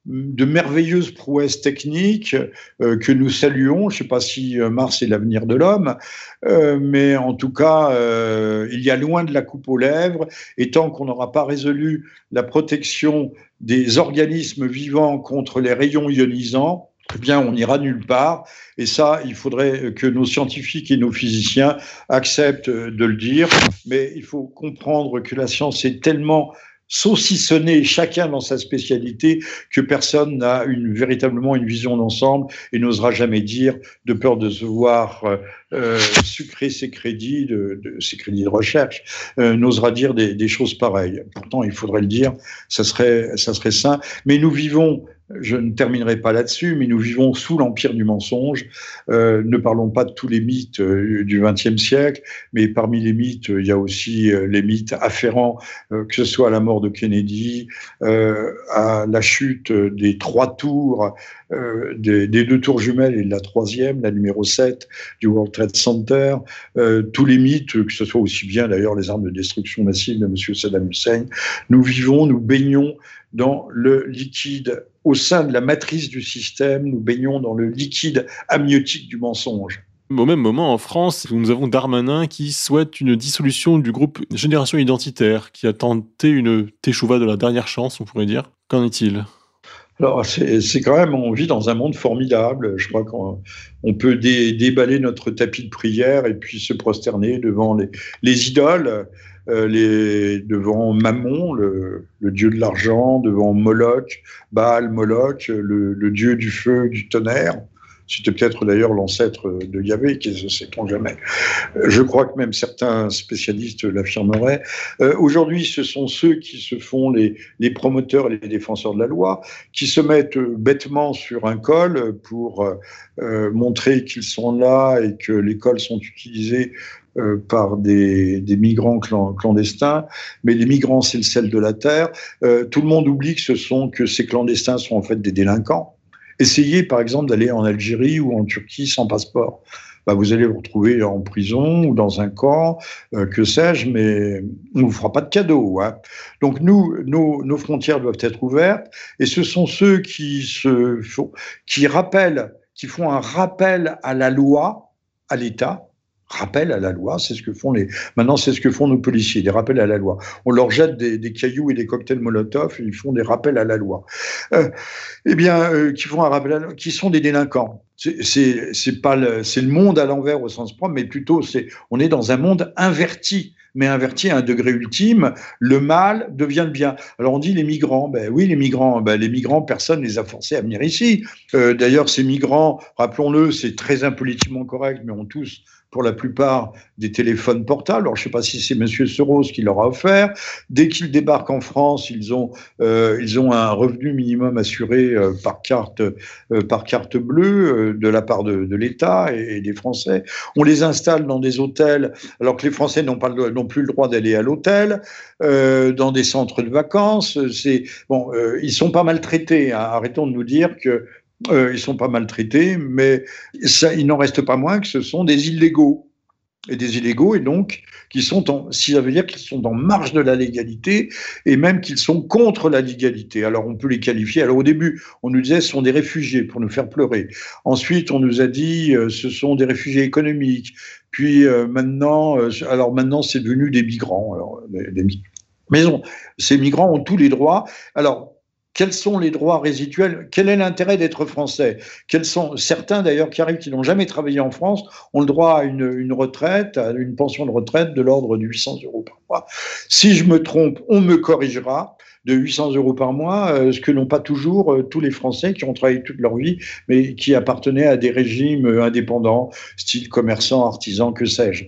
de merveilleuses prouesses techniques euh, que nous saluons. Je ne sais pas si Mars est l'avenir de l'homme, euh, mais en tout cas, euh, il y a loin de la coupe aux lèvres. Et tant qu'on n'aura pas résolu la protection des organismes vivants contre les rayons ionisants, eh bien, on n'ira nulle part. Et ça, il faudrait que nos scientifiques et nos physiciens acceptent de le dire. Mais il faut comprendre que la science est tellement saucissonnée, chacun dans sa spécialité, que personne n'a une, véritablement une vision d'ensemble et n'osera jamais dire, de peur de se voir euh, sucrer ses crédits, de, de, ses crédits de recherche, euh, n'osera dire des, des choses pareilles. Pourtant, il faudrait le dire, ça serait, ça serait sain. Mais nous vivons, je ne terminerai pas là-dessus, mais nous vivons sous l'empire du mensonge. Euh, ne parlons pas de tous les mythes euh, du vingtième siècle, mais parmi les mythes, il y a aussi euh, les mythes afférents, euh, que ce soit à la mort de Kennedy, euh, à la chute des trois tours, euh, des, des deux tours jumelles et de la troisième, la numéro sept du World Trade Center, euh, tous les mythes, que ce soit aussi bien d'ailleurs les armes de destruction massive de M. Saddam Hussein. Nous vivons, nous baignons dans le liquide, au sein de la matrice du système, nous baignons dans le liquide amniotique du mensonge. Au même moment, en France, nous avons Darmanin qui souhaite une dissolution du groupe Génération Identitaire, qui a tenté une teshuva de la dernière chance, on pourrait dire. Qu'en est-il ? Alors, c'est, c'est quand même, on vit dans un monde formidable. Je crois qu'on on peut dé, déballer notre tapis de prière et puis se prosterner devant les, les idoles, euh, les, devant Mammon, le, le dieu de l'argent, devant Moloch, Baal, Moloch, le, le dieu du feu, du tonnerre. C'était peut-être d'ailleurs l'ancêtre de Yahvé, qui ne sait-on jamais. Je crois que même certains spécialistes l'affirmeraient. Euh, aujourd'hui, ce sont ceux qui se font les, les promoteurs et les défenseurs de la loi, qui se mettent bêtement sur un col pour euh, montrer qu'ils sont là et que les cols sont utilisés euh, par des, des migrants clandestins. Mais les migrants, c'est le sel de la terre. Euh, tout le monde oublie que ce sont que ces clandestins sont en fait des délinquants. Essayez, par exemple, d'aller en Algérie ou en Turquie sans passeport. Bah, vous allez vous retrouver en prison ou dans un camp, euh, que sais-je, mais on ne vous fera pas de cadeau. Hein. Donc, nous, nos, nos frontières doivent être ouvertes, et ce sont ceux qui, se font, qui rappellent, qui font un rappel à la loi, à l'État. Rappel à la loi, c'est ce que font les. Maintenant, c'est ce que font nos policiers, des rappels à la loi. On leur jette des, des cailloux et des cocktails Molotov, et ils font des rappels à la loi. Euh, eh bien, euh, qui font un rappel à la loi, qui sont des délinquants. C'est, c'est, c'est pas le, c'est le monde à l'envers au sens propre, mais plutôt c'est, on est dans un monde inverti. Mais inverti à un degré ultime, le mal devient le bien. Alors on dit les migrants, ben oui les migrants, ben les migrants, personne ne les a forcés à venir ici. Euh, d'ailleurs ces migrants, rappelons-le, c'est très impolitiquement correct, mais ont tous pour la plupart des téléphones portables. Alors je ne sais pas si c'est M. Soros qui leur a offert. Dès qu'ils débarquent en France, ils ont, euh, ils ont un revenu minimum assuré euh, par carte, euh, par carte bleue euh, de la part de, de l'État et, et des Français. On les installe dans des hôtels, alors que les Français n'ont pas le, n'ont plus le droit d'aller à l'hôtel, euh, dans des centres de vacances. C'est bon, euh, ils sont pas maltraités. Hein. Arrêtons de nous dire que Euh, ils sont pas maltraités, mais ça, il n'en reste pas moins que ce sont des illégaux. Et des illégaux, et donc, qui sont en, ça veut dire qu'ils sont en marge de la légalité, et même qu'ils sont contre la légalité. Alors, on peut les qualifier. Alors, au début, on nous disait ce sont des réfugiés pour nous faire pleurer. Ensuite, on nous a dit euh, ce sont des réfugiés économiques. Puis, euh, maintenant, euh, alors maintenant, c'est devenu des migrants. Alors, des, des, mais bon, ces migrants ont tous les droits. Alors, quels sont les droits résiduels? Quel est l'intérêt d'être français? Quels sont certains d'ailleurs qui arrivent, qui n'ont jamais travaillé en France, ont le droit à une, une retraite, à une pension de retraite de l'ordre de huit cents euros par mois. Si je me trompe, on me corrigera. De huit cents euros par mois, euh, ce que n'ont pas toujours euh, tous les Français qui ont travaillé toute leur vie, mais qui appartenaient à des régimes euh, indépendants, style commerçant, artisan, que sais-je.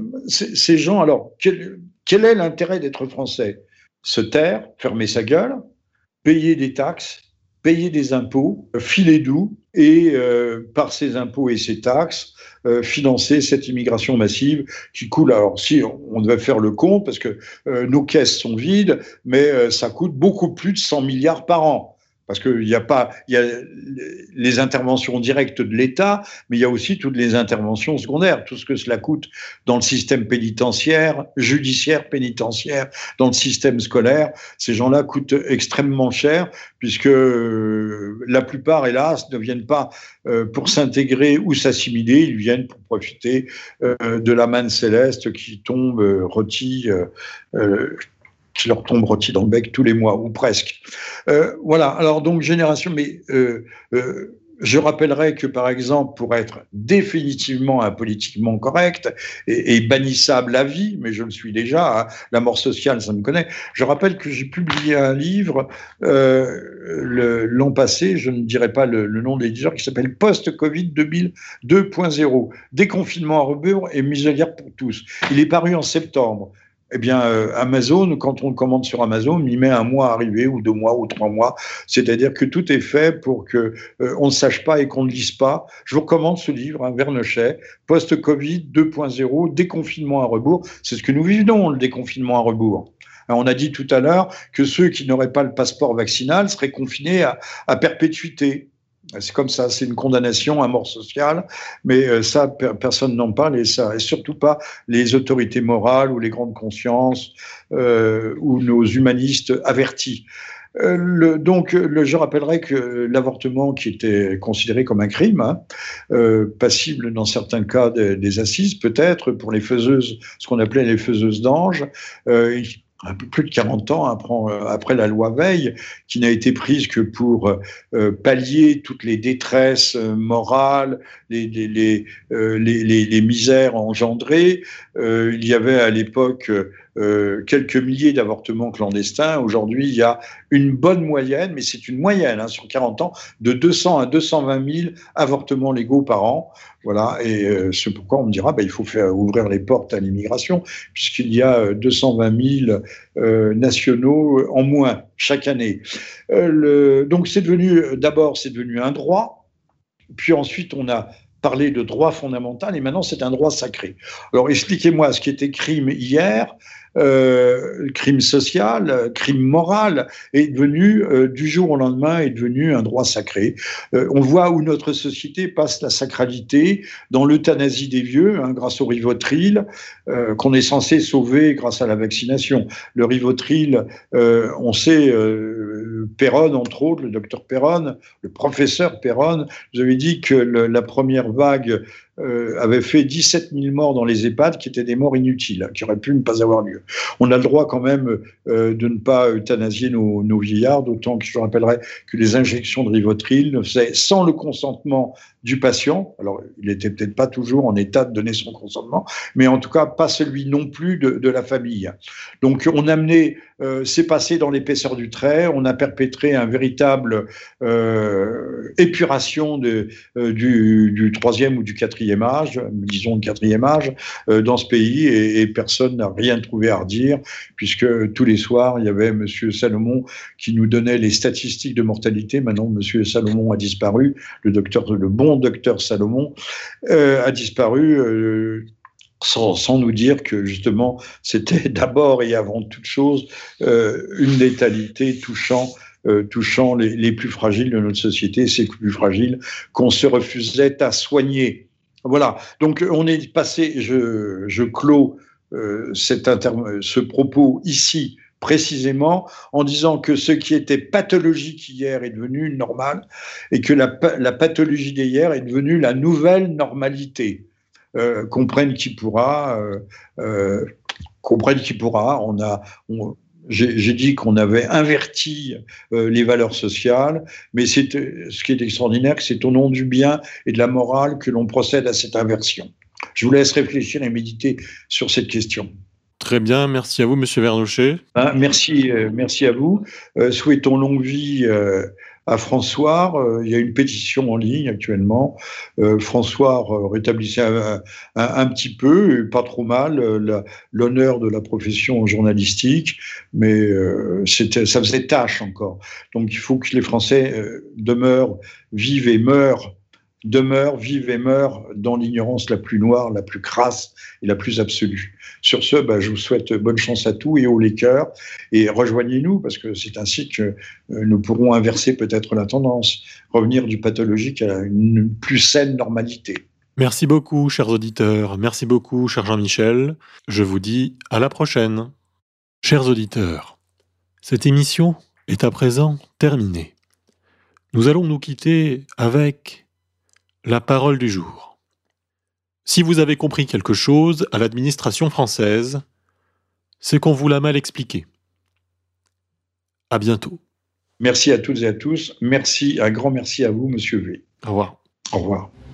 C- ces gens, alors, quel, quel est l'intérêt d'être français? Se taire, fermer sa gueule, payer des taxes, payer des impôts, filer doux, et euh, par ces impôts et ces taxes, euh, financer cette immigration massive qui coule. Alors si on, on devait faire le compte, parce que euh, nos caisses sont vides, mais euh, ça coûte beaucoup plus de cent milliards par an. Parce qu'il y a pas, il y a les interventions directes de l'État, mais il y a aussi toutes les interventions secondaires, tout ce que cela coûte dans le système pénitentiaire, judiciaire, pénitentiaire, dans le système scolaire. Ces gens-là coûtent extrêmement cher, puisque la plupart, hélas, ne viennent pas pour s'intégrer ou s'assimiler, ils viennent pour profiter de la manne céleste qui tombe rôtie, qui leur tombe rôti dans le bec tous les mois, ou presque. Euh, voilà, alors donc génération, mais euh, euh, je rappellerai que par exemple, pour être définitivement apolitiquement correct et, et bannissable à vie, mais je le suis déjà, hein, la mort sociale, ça me connaît, je rappelle que j'ai publié un livre euh, l'an passé, je ne dirai pas le, le nom de l'éditeur, qui s'appelle Post-Covid deux point zéro, déconfinement à rebours et muselière pour tous. Il est paru en septembre. Eh bien, euh, Amazon, quand on le commande sur Amazon, il met un mois à arriver, ou deux mois, ou trois mois. C'est-à-dire que tout est fait pour que euh, on ne sache pas et qu'on ne lise pas. Je vous recommande ce livre, hein, Vernochet, Post-Covid deux point zéro, déconfinement à rebours. C'est ce que nous vivons, le déconfinement à rebours. On a dit tout à l'heure que ceux qui n'auraient pas le passeport vaccinal seraient confinés à, à perpétuité. C'est comme ça, c'est une condamnation à mort sociale, mais ça, personne n'en parle, et ça, et surtout pas les autorités morales ou les grandes consciences euh, ou nos humanistes avertis. Euh, le, donc, le, je rappellerai que l'avortement, qui était considéré comme un crime, hein, euh, passible dans certains cas des, des assises, peut-être pour les faiseuses, ce qu'on appelait les faiseuses d'anges, euh, un peu plus de quarante ans après, après la loi Veil, qui n'a été prise que pour euh, pallier toutes les détresses morales, les, les, les, euh, les, les, les misères engendrées. Euh, il y avait à l'époque euh, quelques milliers d'avortements clandestins. Aujourd'hui, il y a une bonne moyenne, mais c'est une moyenne hein, sur quarante ans, de deux cents à deux cent vingt mille avortements légaux par an. Voilà, et euh, c'est pourquoi on me dira bah, il faut faire ouvrir les portes à l'immigration, puisqu'il y a deux cent vingt mille euh, nationaux en moins chaque année. Euh, le, donc c'est devenu, d'abord c'est devenu un droit, puis ensuite on a parlé de droit fondamental, et maintenant c'est un droit sacré. Alors expliquez-moi ce qui était crime hier. Euh, crime social, crime moral, est devenu, euh, du jour au lendemain, est devenu un droit sacré. Euh, on voit où notre société passe la sacralité dans l'euthanasie des vieux, hein, grâce au Rivotril, euh, qu'on est censé sauver grâce à la vaccination. Le Rivotril, euh, on sait, euh, Perron, entre autres, le docteur Perron, le professeur Perron, vous avez dit que le, la première vague Euh, avait fait dix-sept mille morts dans les EHPAD, qui étaient des morts inutiles, qui auraient pu ne pas avoir lieu. On a le droit quand même euh, de ne pas euthanasier nos, nos vieillards, d'autant que je rappellerai que les injections de Rivotril ne faisaient sans le consentement du patient. Alors, il n'était peut-être pas toujours en état de donner son consentement, mais en tout cas, pas celui non plus de, de la famille. Donc, on a mené, euh, c'est passé dans l'épaisseur du trait, on a perpétré un véritable euh, épuration de, euh, du, du troisième ou du quatrième âge, disons le quatrième âge, euh, dans ce pays, et, et personne n'a rien trouvé à redire, puisque tous les soirs, il y avait M. Salomon qui nous donnait les statistiques de mortalité. Maintenant, M. Salomon a disparu, le docteur, le bon docteur Salomon euh, a disparu, euh, sans, sans nous dire que justement c'était d'abord et avant toute chose euh, une létalité touchant Euh, touchant les, les plus fragiles de notre société, ces plus fragiles qu'on se refusait à soigner. Voilà, donc on est passé, je, je clôt euh, cet inter- ce propos ici précisément en disant que ce qui était pathologique hier est devenu normal, et que la, la pathologie d'hier est devenue la nouvelle normalité. Euh, comprenne qui pourra, euh, euh, comprenne qui pourra, on a... On, J'ai, j'ai dit qu'on avait inverti euh, les valeurs sociales, mais c'est, ce qui est extraordinaire, c'est au nom du bien et de la morale que l'on procède à cette inversion. Je vous laisse réfléchir et méditer sur cette question. Très bien, merci à vous, Monsieur Vernochet. Hein, merci, euh, merci à vous. Euh, souhaitons longue vie euh, à François. Euh, il y a une pétition en ligne actuellement. Euh, François euh, rétablissait un, un, un petit peu, pas trop mal, euh, la, l'honneur de la profession journalistique, mais euh, c'était, ça faisait tâche encore. Donc il faut que les Français euh, demeurent, vivent et meurent demeurent, vivent et meurent dans l'ignorance la plus noire, la plus crasse et la plus absolue. Sur ce, bah, je vous souhaite bonne chance à tous et haut les cœurs, et rejoignez-nous, parce que c'est ainsi que euh, nous pourrons inverser peut-être la tendance, revenir du pathologique à une plus saine normalité. Merci beaucoup, chers auditeurs. Merci beaucoup, cher Jean-Michel. Je vous dis à la prochaine. Chers auditeurs, cette émission est à présent terminée. Nous allons nous quitter avec la parole du jour. Si vous avez compris quelque chose à l'administration française, c'est qu'on vous l'a mal expliqué. À bientôt. Merci à toutes et à tous. Merci, un grand merci à vous, Monsieur V. Au revoir. Au revoir.